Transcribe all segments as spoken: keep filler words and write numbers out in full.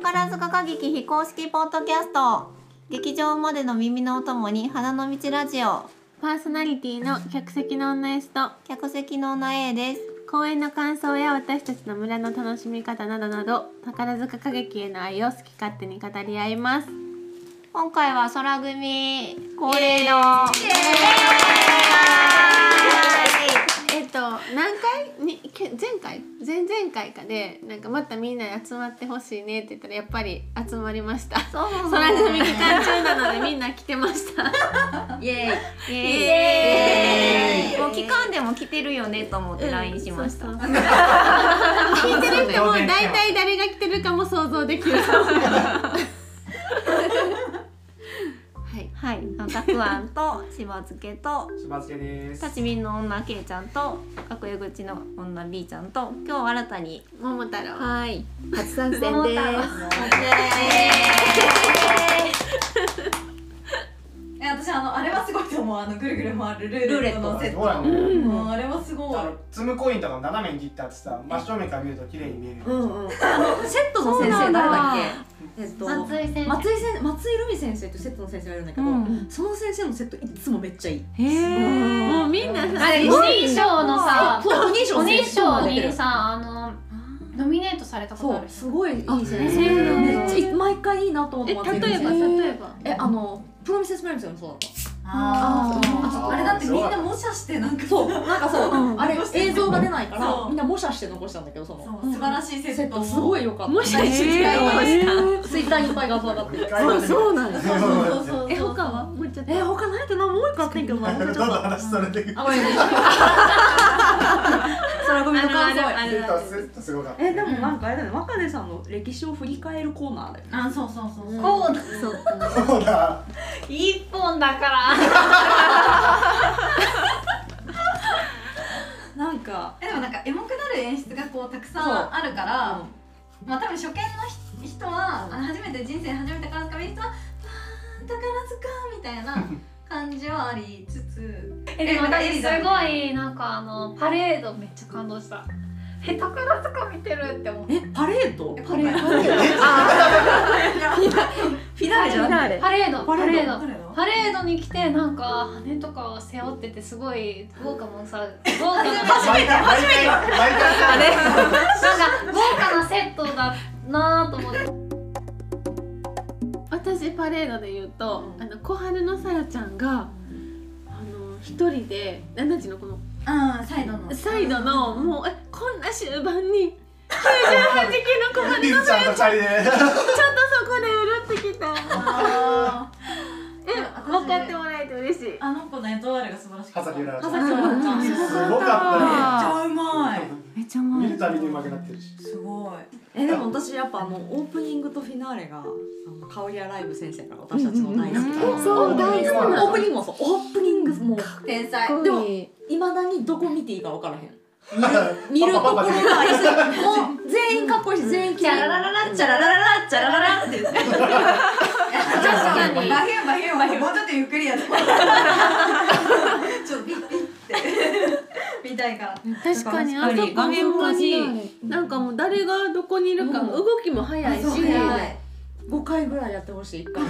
宝塚歌劇非公式ポッドキャスト、劇場までの耳のお供に花の道ラジオ、 パーソナリティの客席の女 S と客席の女 A です。 公演の感想や私たちの村の楽しみ方などなど、宝塚歌劇への愛を好き勝手に語り合います。 今回は空組恒例のえっと何回に前回前々回かでなんかまたみんなで集まってほしいねって言ったらやっぱり集まりました。 そうそうそう、 空組期間中なのでみんな来てましたイエーイイエーイ。もう期間でも来てるよねと思って ライン しました。 うんそうそうそう聞いてる人も大体誰が来てるかも想像できるはい、たくあんとしば漬けとしば漬けです。 たちみんの女 K ちゃんと楽屋口の女 B ちゃんと今日新たに桃太郎はい初参戦です。 え私あのあれはすごいと思う。あのぐるぐる回るルーレットのセット。 うんあれはすごい。 あの積むコインとか斜めに切ってあってさ、真正面から見ると綺麗に見える。 うんうん。あのセットの先生誰だっけ？えっと松井先生松井先松井留美先生とセットの先生がいるんだけど、その先生のセットいつもめっちゃいい。 へえ。もうみんなあれお兄賞のさ、 そうお兄賞お兄賞にさあのノミネートされたことある。 すごいいい先生生。めっちゃ毎回いいなと思って。 え例えば例えばえあのプロミセスプライムズもそうだった。 ああれだってみんな模写してなんかそうなんかそうあれ映像が出ないからみんな模写して残したんだけどその素晴らしいセットすごい良かった。 もしかしてツイッターにいっぱい画像上がってる。 そうそうなんです。 そうそうそう。 え他はもうちょっとえ他ないってなもう一個あってんけどな。 どんどん話されてくる。 あごめん。空組の感想。 セットセットすごかった。 えでもなんかあれだね、若根さんの歴史を振り返るコーナーだよ。 あ、そうそうそうそう。 こうだそうだ。 一本だからなんかでもなんかエモくなる演出がこうたくさんあるから、まあ多分初見の人は初めて人生初めて宝塚見る人はわー宝塚みたいな感じはありつつ、 えでも私すごいなんかあのパレードめっちゃ感動した。え宝塚見てるって思って。 えパレード？ パレード。 フィナーレじゃない。 パレードパレードパレードパレードに来てなんか羽とかを背負っててすごい豪華もさ豪華な初めて初めて毎回あれ。 なんか豪華なセットだなと思って。 私パレードで言うと、あの小春のさらちゃんがあの一人で何時のこのああサイドのサイドのもうえこんな終盤にきゅうじゅうはちきの小春リズちゃんとチャリで。 ちょっとそこでうるってきた。 あえ分かってもらえて嬉しい。 あの子のエトワールが素晴らしかった。 葉崎うららち葉ゃん。 崎うららちゃんすすごかったね。 めっちゃうまい。 めっちゃうまい。 見るたびに上手くなってるし。 すごい。 えでも私やっぱあのオープニングとフィナーレがあのカオリアライブ先生から私たちの大好きな。 そう大好きなオープニングもそうオープニングもう天才。 でも未だにどこ見ていいか分からへん。見るところがもう全員かっこいいし全員キャララララチャララララチャラララって言って。 確かに。バヘンバヘンバヘンもうちょっとゆっくりやと。ちょっとピッピッって見たいから。 確かにあそこ画面ほんまになんかもう誰がどこにいるか動きも早いし、 ごかいぐらいやってほしいいっかい。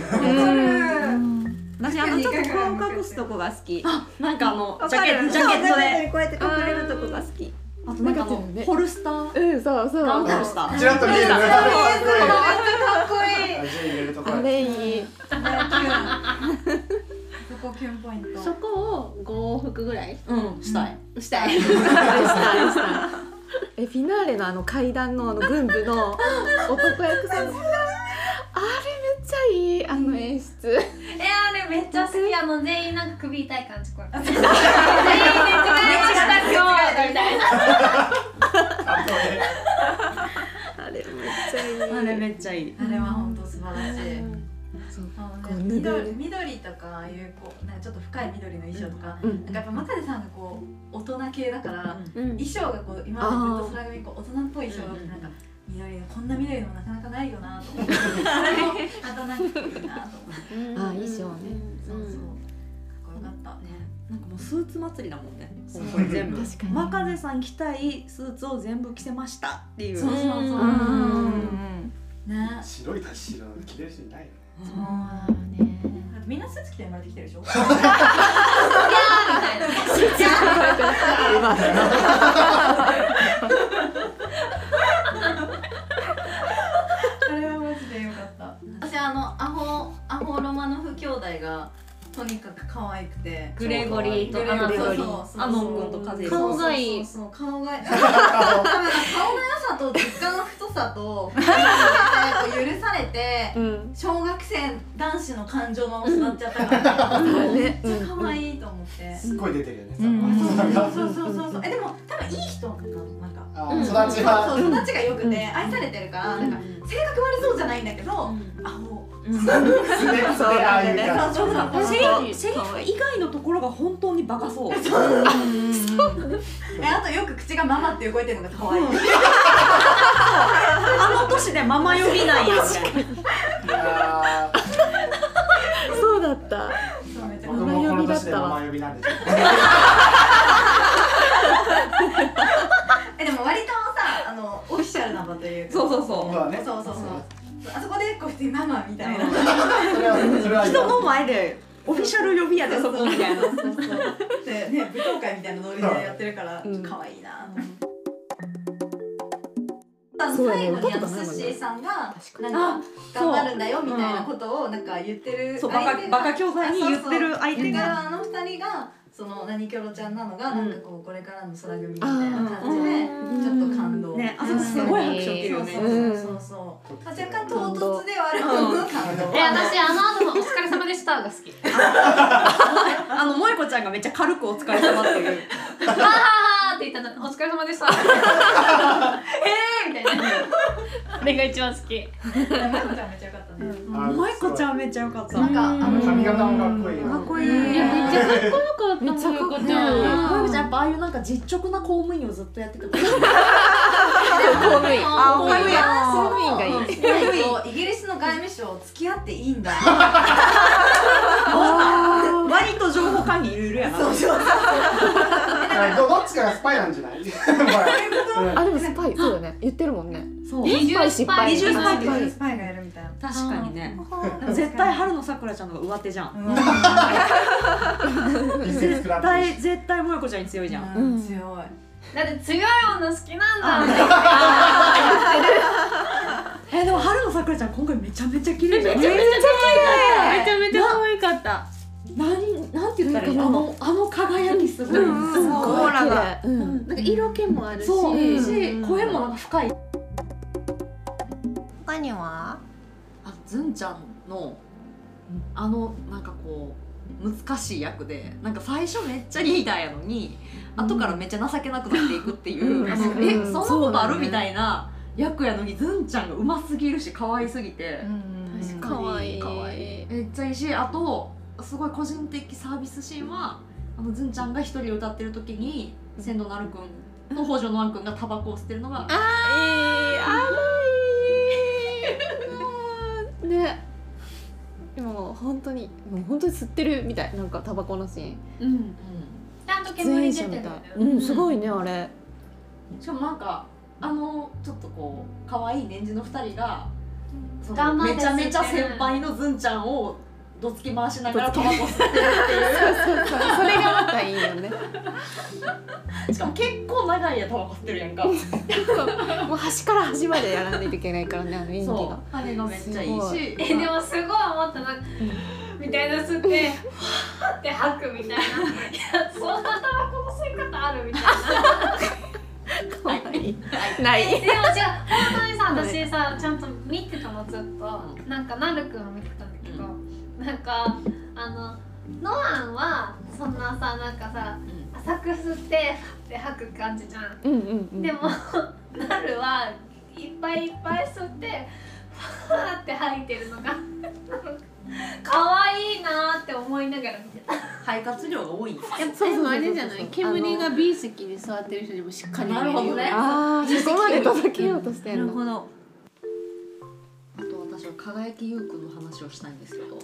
私あのちょっと顔隠すとこが好き。 あなんかあのジャジャケットケットジャケットで。 こうやって隠れるとこが好き。 あとなんかあのホルスターうんそうそう。 ガンホルスター。 ちらっと見える。 かっこいい。 あれいい。 そこキュンポイント。 そこをご往復ぐらいうんしたい。 したい。 えフィナーレのあの階段のあの軍部の男役さん。あれめっちゃいいあの演出。 えあれめっちゃ好き。あの全員なんか首痛い感じこれ。全員寝違えました今日みたいな。 あれめっちゃいい。 あれめっちゃいい。 あれは本当素晴らしい。 そうあのこうね緑塗る緑とかいうこうなんかちょっと深い緑の衣装とか、 うんなんかやっぱ真壁さんがこう大人系だから、 うん衣装がこう今までずっと空組こう大人っぽい衣装ってなんか緑のこんな緑のもなかなかないよなと思って、それもまたなんかいいなと思って、 あ衣装ね。 そうそうかっこよかったね。 なんかもうスーツ祭りだもんね。これ全部。 確かに。 真風さん着たいスーツを全部着せましたっていう。 そうそうそう。 うん。 ね。 白いタキシード着れる人いないよね。 そうね。 だってみんなスーツ着て生まれてきてるでしょ。 あれはマジでよかった。私あのアホアホロマノフ兄弟がとにかく可愛くて。 グレゴリーとグレゴリーアノ君そうそうそうアノン君とカゼ顔がいい。 そうそう顔がいい。多分顔の良さと実家の太さと許されてうん。 小学生男子の感情のまま育っちゃったからめっちゃ可愛いと思って。 すっごい出てるよね。 そうそうそうそう。えでも多分いい人なのなんか。 あー育ちは。 そう育ちが良くて愛されてるからなんか性格悪そうじゃないんだけどアホ。 すねすねああいう感じ。 そうそうそう。 セリセリフ以外のところが本当にバカそう。 えあとよく口がママって動いてるのが可愛い。 あの年でママ呼びなんやみたいな。 あーそうだった。 そうめっちゃ僕もこの年でママ呼びなんでしょ。 えでも割とさあのオフィシャルな場というか。 そうそうそうそだね。 そうそうそう。あそこでこう普通にママみたいな。 それはそれはう。人の前でオフィシャル呼びやでそこみたいな。 そうそうそう。でね舞踏会みたいなノリでやってるからうん可愛いなと思って。 そうだね最後にあの歌とかないもんねスッシーさんが確なんか頑張るんだよみたいなことをなんか言ってるそうバカバカ教材に言ってる相手が。 があの二人がその何キョロちゃんなのがなんかこうこれからの空組みたいな感じでちょっと感動。 ね、あそこすごい拍手受けるよね。 そうそうそう。若干唐突ではあるけど感動。 え、私あの後のお疲れ様でしたが好き。 あの萌子ちゃんがめっちゃ軽くお疲れ様っていう。 はははって言ったの、お疲れ様でした。えーみたいな。あれが一番好き。 萌子ちゃんめっちゃ良かったね。 萌子ちゃんめっちゃ良かった。 なんかあの髪型もかっこいいよ。 かっこいい。 いや、めっちゃかっこよかった。 めっちゃかっこいい萌子ちゃん。 萌子ちゃんやっぱああいうなんか実直な公務員をずっとやってて。 公務員。 あ公務員。公務員がいい。 イギリスの外務省付き合っていいんだ。 割と情報管理いろいろやな。 そうそうそう。 どどっちかがスパイなんじゃない？ あでもスパイそうだね言ってるもんね。 そう。 二重スパイ。 二重スパイ二重スパイがいるみたいな。 確かにね。でも絶対春のさくらちゃんの方が上手じゃん。絶対絶対萌子ちゃんに強いじゃん。 うん強い。 だって強い女好きなんだ。 えでも春のさくらちゃん今回めちゃめちゃ綺麗じゃん。 めちゃめちゃめちゃめちゃ可愛かった。 なんなんて言ったらいい？あのあの輝きすごい。 うんすごいオーラが。 なんか色気もあるし。 そうし声もなんか深い。 他には？ あずんちゃんのあのなんかこう難しい役でなんか最初めっちゃリーダーやのに、後からめっちゃ情けなくなっていくっていう、 うんあのうんえそんなことある、 そうだねみたいな役やのにずんちゃんがうますぎるし可愛すぎて、 可愛い。 可愛いめっちゃいいし、あとすごい個人的サービスシーンはあのずんちゃんが一人歌ってる時に千度なるくんと北条のあんくんがタバコを吸ってるのがあーいい。 ね。でも本当にもう本当に吸ってるみたいなんかタバコのシーン。 うんちゃんと前煙出者みたいてるんだよ。 うんすごいねあれ。 しかもなんかあのちょっとこう可愛い年次のふたりがその頑張ってめちゃめちゃ先輩のずんちゃんをどつき回しながらタバコ吸ってるっていうそれがまたいいよね。 しかも結構長いやタバコ吸ってるやんか。 もう端から端までやらないといけないからねあの演技がそう。あれがめっちゃいいすごしえ、でもすごい思ったな。みたいな吸ってふわーって吐くみたいな。いや、そんなタバコの吸い方あるみたいな。 可愛い。ない。 でも違う、本当にさ、私さ、ちゃんと見てたのずっと。なんかなるくんを見てたんだけど、なんかあのノアンはそんなさ、なんかさ、浅く吸ってふわって吐く感じじゃん。 うんうんうん。 でもなるはいっぱいいっぱい吸ってふわって吐いてるのが可愛いなって思いながら見てた。 肺活量が多いんですよ。 やっぱりあれじゃない。煙が B 席に座ってる人にもしっかり見えるよ。 なるほどねああそこまで届けようとしてるの。 ほど。あと私は輝きゆうくんの話をしたいんですけど。ね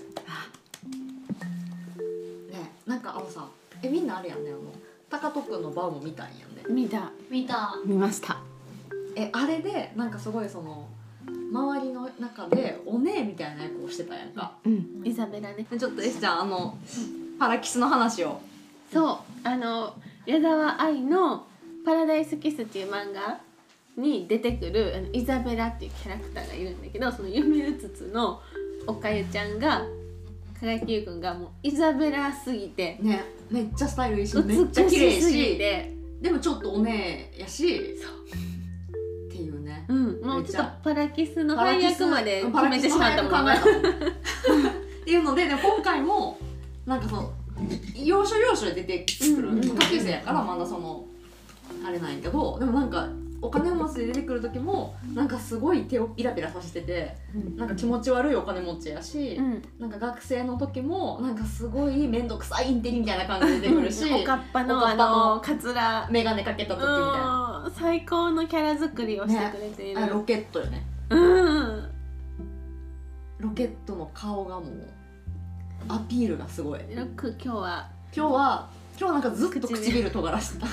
えなんかあのさえみんなあれやんねあの高人くんのバーも見たんやんね。 見た見た。 見ました。 えあれでなんかすごいその周りの中でお姉みたいな役をしてたやんか。 うんイザベラね。 でちょっとえしちゃんあのパラキスの話を。 そうあの矢沢愛の「パラダイスキス」っていう漫画に出てくるあのイザベラっていうキャラクターがいるんだけど、その夢うつつのおかゆちゃんが輝きゆうくんがもうイザベラすぎてね、めっちゃスタイルいいし、 美めっちゃ綺麗しすぎし、 て、 でもちょっとお姉やし、っていうね。 うん、もうちょっとパラキスの配パラキス役まで決めてしまったもんパラキスの配役考えたもんっていうので、でも今回もなんかその要所要所で出てくる、 うんうん下級生やからまだそのあれなんやけど、でもなんかお金持ちで出てくる時もなんかすごい手をピラピラさせてて、なんか気持ち悪いお金持ちやし、 うんなんか学生の時もなんかすごい面倒くさいインテリみたいな感じで出てくるし、 おかっぱのおかっぱのあのカツラ、 眼鏡かけた時みたいな、 うん、最高のキャラ作りをしてくれている、 あロケットよね。 うんロケットの顔がもうアピールがすごい。 よく今日は今日は今日なんかずっと唇尖らしてた。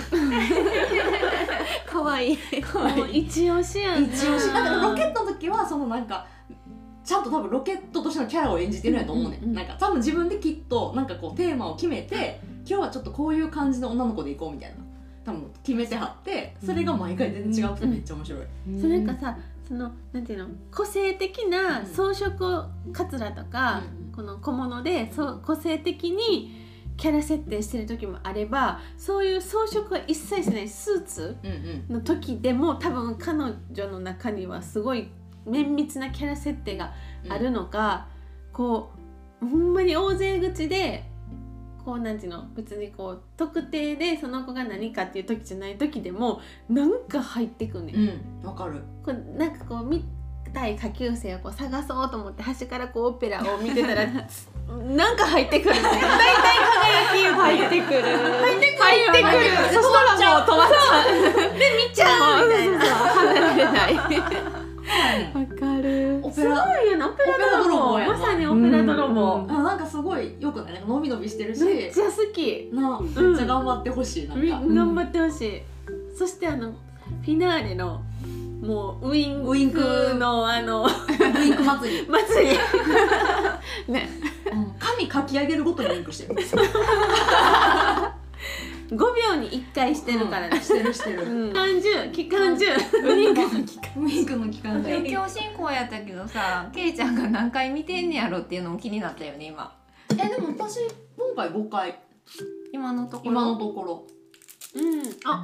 可愛いもう一押しやんな。 一応しだからロケットの時はそのなんかちゃんと多分ロケットとしてのキャラを演じてるんやと思うね、 うんうんうんなんか多分自分できっとなんかこうテーマを決めて今日はちょっとこういう感じの女の子でいこうみたいな多分決めてはってそれが毎回全然違うくてめっちゃ面白い、 それなんかさそのなんていうの個性的な装飾カツラとか、 うんこの小物でそう個性的にキャラ設定してる時もあれば、そういう装飾が一切しないスーツうんうんの時でも多分彼女の中にはすごい綿密なキャラ設定があるのか、こうほんまに大勢口でこうなんていうの別にこう特定でその子が何かっていう時じゃない時でもなんか入ってくんねん、 うんわかる。 こうなんかこう見たい下級生をこう探そうと思って端からこうオペラを見てたらなんか入ってくるね。大体輝き入ってくる入ってくる入ってくるそしたらもう止まっちゃうで見ちゃうみたいな離れないわかるオペラすごいよねオペラ泥棒オペラ泥棒やなまさにオペラ泥棒、 うんあなんかすごいよくないなんか伸び伸びしてるしめっちゃ好きなめっちゃ頑張ってほしい、なんみか頑張ってほしい、そしてあのフィナーレのもうウインウインクのあのウインク祭り、 祭りねうん髪かき上げるごとにウインクしてるごびょうにいっかいしてるからね、 してるしてる、 うん、期間中期間中ウインクの期間ウインクの期間で今日進行やったけどさ、ケイちゃんが何回見てんねやろっていうのも気になったよね今。 えでも私今回ごかい今のところ。 今のところうんあ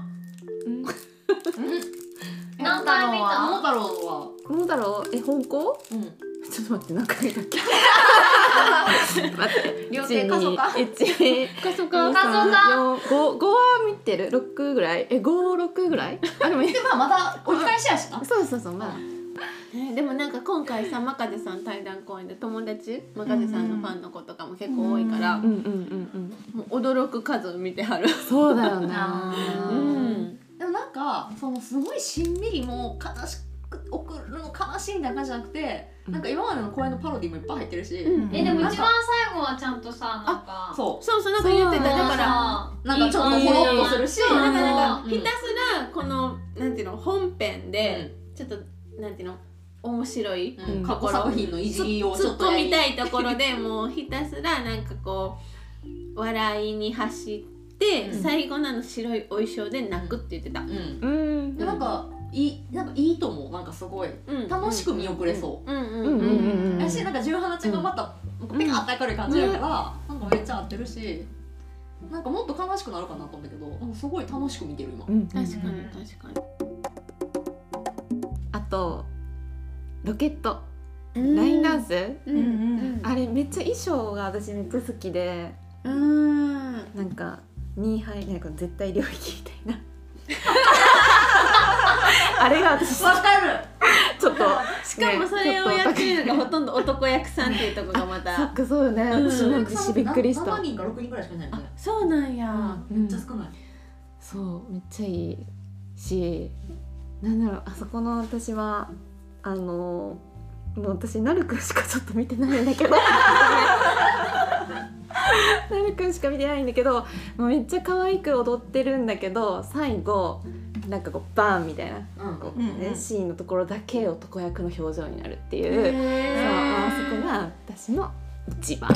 何回見た桃太郎は桃太郎え本校うんちょっと待って何回だっけ待って両手貸そうか一かそかかそうか五五は見てる六ぐらいえ五六ぐらいあでもでまあまた折り返しやしなそうそうそうまだねでもなんか今回さ真風さん対談公演で友達真風さんのファンの子とかも結構多いから、 うんうんうんもう驚く数見てはるそうだよねあーうんでもなんかそのすごいしんみりもう悲しく送るの悲しいみたいな感じじゃなくて、 うんなんか今までの公演のパロディもいっぱい入ってるし、 うんえでもなんか一番最後はちゃんとさなんかそそうそうなんか言ってたそうだからうなんかちょっとほろっとするし、 そうなんかなんかうんひたすらこのなんていうの本編でちょっとなんていうの面白いうんうん過去作品のいじりをち突っ込ょっとやりみたいところでもうひたすらなんかこう笑いに走って、 うん最後のあの白いお衣装で泣くって言ってた、 うんうんでなんかいいなんかいいと思うなんかすごいうん楽しく見送れそう、 うんうんうんうんうんうんうんやしなんかじゅうはなちゃんがまたペカッと明るい感じだから、なんかめっちゃ合ってるしなんかもっと悲しくなるかなと思ったけどなんかすごい楽しく見てる今、 うん確かに確かにあとロケットうんラインダンスううんんあれめっちゃ衣装が私めっちゃ好きでうんなんかニーハイなんか絶対領域みたいなあれが私わかるちょっとしかもそれをやってるのがほとんど男役さんっていうところがまそたっかそうよねうん私も私びっくりしたななにんかろくにんくらいしかいないよねそうなんや、 めっちゃ少ない、 そうめっちゃいいしなんだろうあそこの私はあのもう私なるくんしかちょっと見てないんだけどなるくんしか見てないんだけどもうめっちゃ可愛く踊ってるんだけど最後なんかこうバーンみたいなうんこう、 うんうんねシーンのところだけ男役の表情になるっていう、そうあそこが私の一番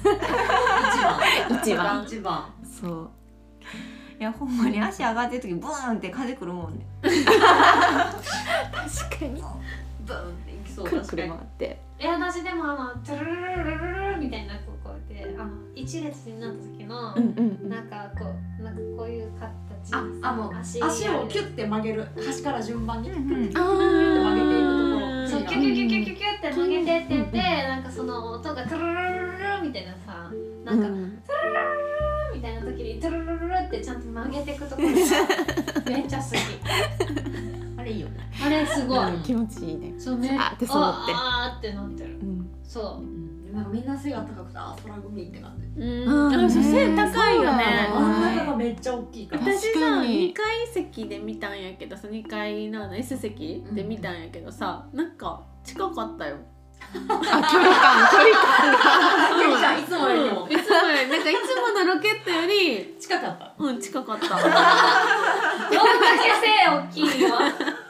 一番一番そういやほんまに足上がってる時ブーンって風来るもんね。 確かにブーンっていきそうくるくる確かに回っていや私でもあのトゥルルルルルルみたいなこうこうやってあの一列になった時の、 うんうんうんなんかこうなんかこういう形ああの足をキュッて曲げる端から順番にキュッてあ曲げていくところそうキュキュキュキュキュキュって曲げてって言ってなんかその音がトゥルルルルルみたいなさなんか、 うんみたいな時にトゥルルルルってちゃんと曲げていくところがめっちゃ好き。 あれいいよねあれすごい。 うん気持ちいいね。 そうね。 あってそう思ってあーってなってる。 うんそう。 なんかみんな背が高くてあ空組って感じうんうんあそう背高いよねそうだ真ん中がめっちゃ大きいから私確かさににかい席で見たんやけどさにかいのあの S 席で見たんやけどさなんか近かったよあ距離感距離感ゆりちゃんいつもよりもいつもよりなんかいつものロケットより近かったうん近かったどんだけ背大きいよ。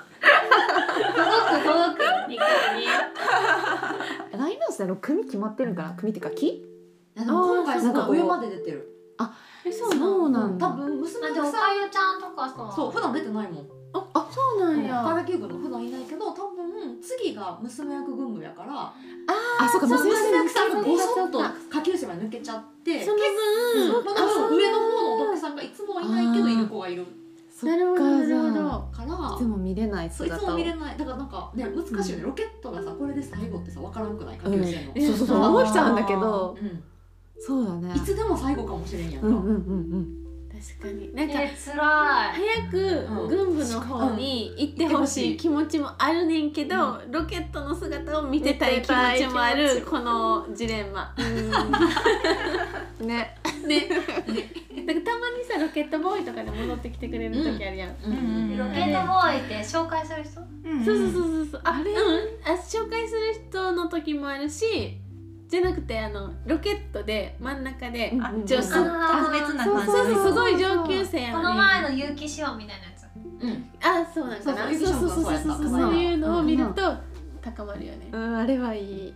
届く届くにかいに。 ラインダンスであの組決まってるんかな組っていうか木いやでも今回すごい上まで出てるえそうそうなんだ多分娘あでもおさかゆちゃんとかさ。 んそう普段出てないもんあそうなんや岡田圭君の普段いないけど多分次が娘役軍務やからあそうかそう娘娘さんがごそっとそうか下級生まで抜けちゃってその分まあ多分上の方のお客さんがいつもいないけどいる子がいるそっなるほどかなるほじゃあどからいつも見れないそういつ姿をも見れないだからなんかね難しいよね、ロケットがさこれで最後ってさ分からんくない下級生の、 うんそうそうそうあー思っちゃうんだけどうんそうだねいつでも最後かもしれんやんか、 うんうんうんうん確かになんかえ辛い。 早く軍部の方に行ってほしい気持ちもあるねんけど、ロケットの姿を見てたい気持ちもあるこのジレンマねねなんかたまにさロケットボーイとかで戻ってきてくれる時あるやん、 うんうんうんロケットボーイって紹介する人？ うんそうそうそうそうそうあれ、うん、あ紹介する人の時もあるしじゃなくてあのロケットで真ん中で、 うんあ女子あ特別な感じそうそうすごい上級生やこのにの前の結城しおんみたいなやつ。 うんあそうなんかなそうそうそうそうそうそうそうそうそういうのを見ると高まるよね、 うんあれはいい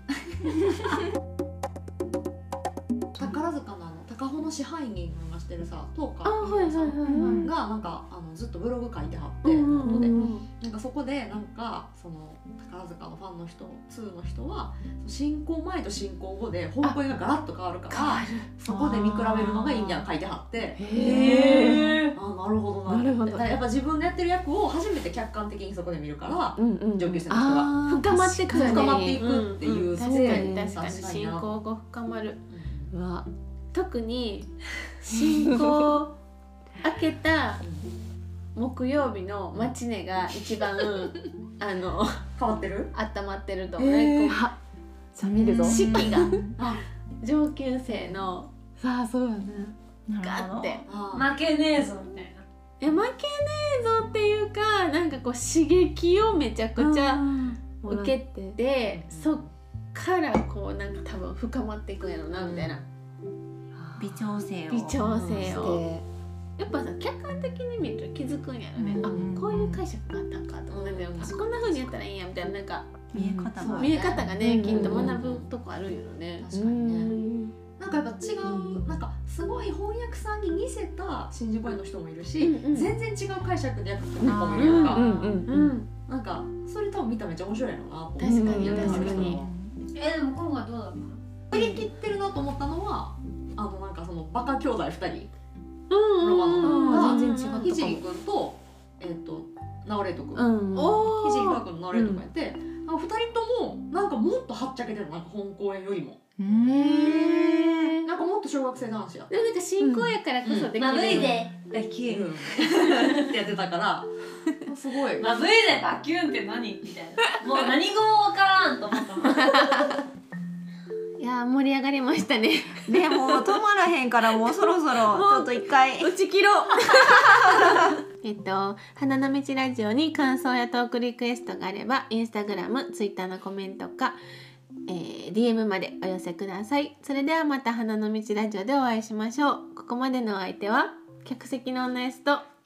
宝塚のあの高穂の支配人がしてるさ東あ花はいはいはいはい、 うんがなんかあのずっとブログ書いてはって、 うんうんうんでうんなんかそこでなんかその宝塚のファンの人ツーの人は進行前と進行後で方向がガラッと変わるからそこで見比べるのがいいみたいなの書いてはってへえあなるほどななるほどだからやっぱ自分でやってる役を初めて客観的にそこで見るからうんうん上級生の人があー深まってくるね深まっていくっていう、 んんそう確かに確かに確かに進な行後深まるうわ特に進行明けた木曜日のマチネが一番あの変わってる温まってると思う、 えーこあじゃあ見るぞう士気があ上級生のさあそうだねガッてあ負けねえぞみたいな。 え負けねえぞっていうかなんかこう刺激をめちゃくちゃ受けててそっからこうなんか多分深まっていくんやろなみたいな、 微調整を微調整をでやっぱさ客観的に見ると気づくんやろね、 うんあこういう解釈があったんかとか、ねうんこんな風にやったらいいんやみたいななんか見え方がそう見え方がね、 うんきっと学ぶとこあるんやろね、 確かにねなんかやっぱ違うなんかすごい翻訳さんに似せた新宿声の人もいるし、 うんうん全然違う解釈で訳してる子もいるやんか、 うんうんううんんなんかそれ多分見たらめっちゃ面白いのなと思って確かにやってはる人確かにもえでも今回どうだったの？ 振り切ってるなと思ったのはあのなんかそのバカ兄弟ふたりうんロマノがうん全然違ったかもひじりくんとえっ、と直れとくん、 うんおひじりーくんと直れとくんやって、あのふたりともなんかもっとはっちゃけてるのなんか本公演よりもうんなんかもっと小学生男子やったでもなんか進行やからこそできる、 まぶいでバキューン。 ってやってたからすごいまぶいでバキューンって何みたいな。もう何語もわからんと思ったもん。 いやー盛り上がりましたねでも止まらへんからもうそろそろちょっと一回打ち切ろうえっと花の道ラジオに感想やトークリクエストがあればインスタグラム、ツイッターのコメントか、えー、ディーエム までお寄せください。それではまた花の道ラジオでお会いしましょう。ここまでのお相手は客席の女 S と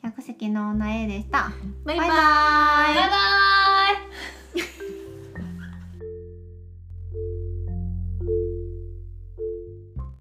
百席の女 A でした。 バイババイバーイ。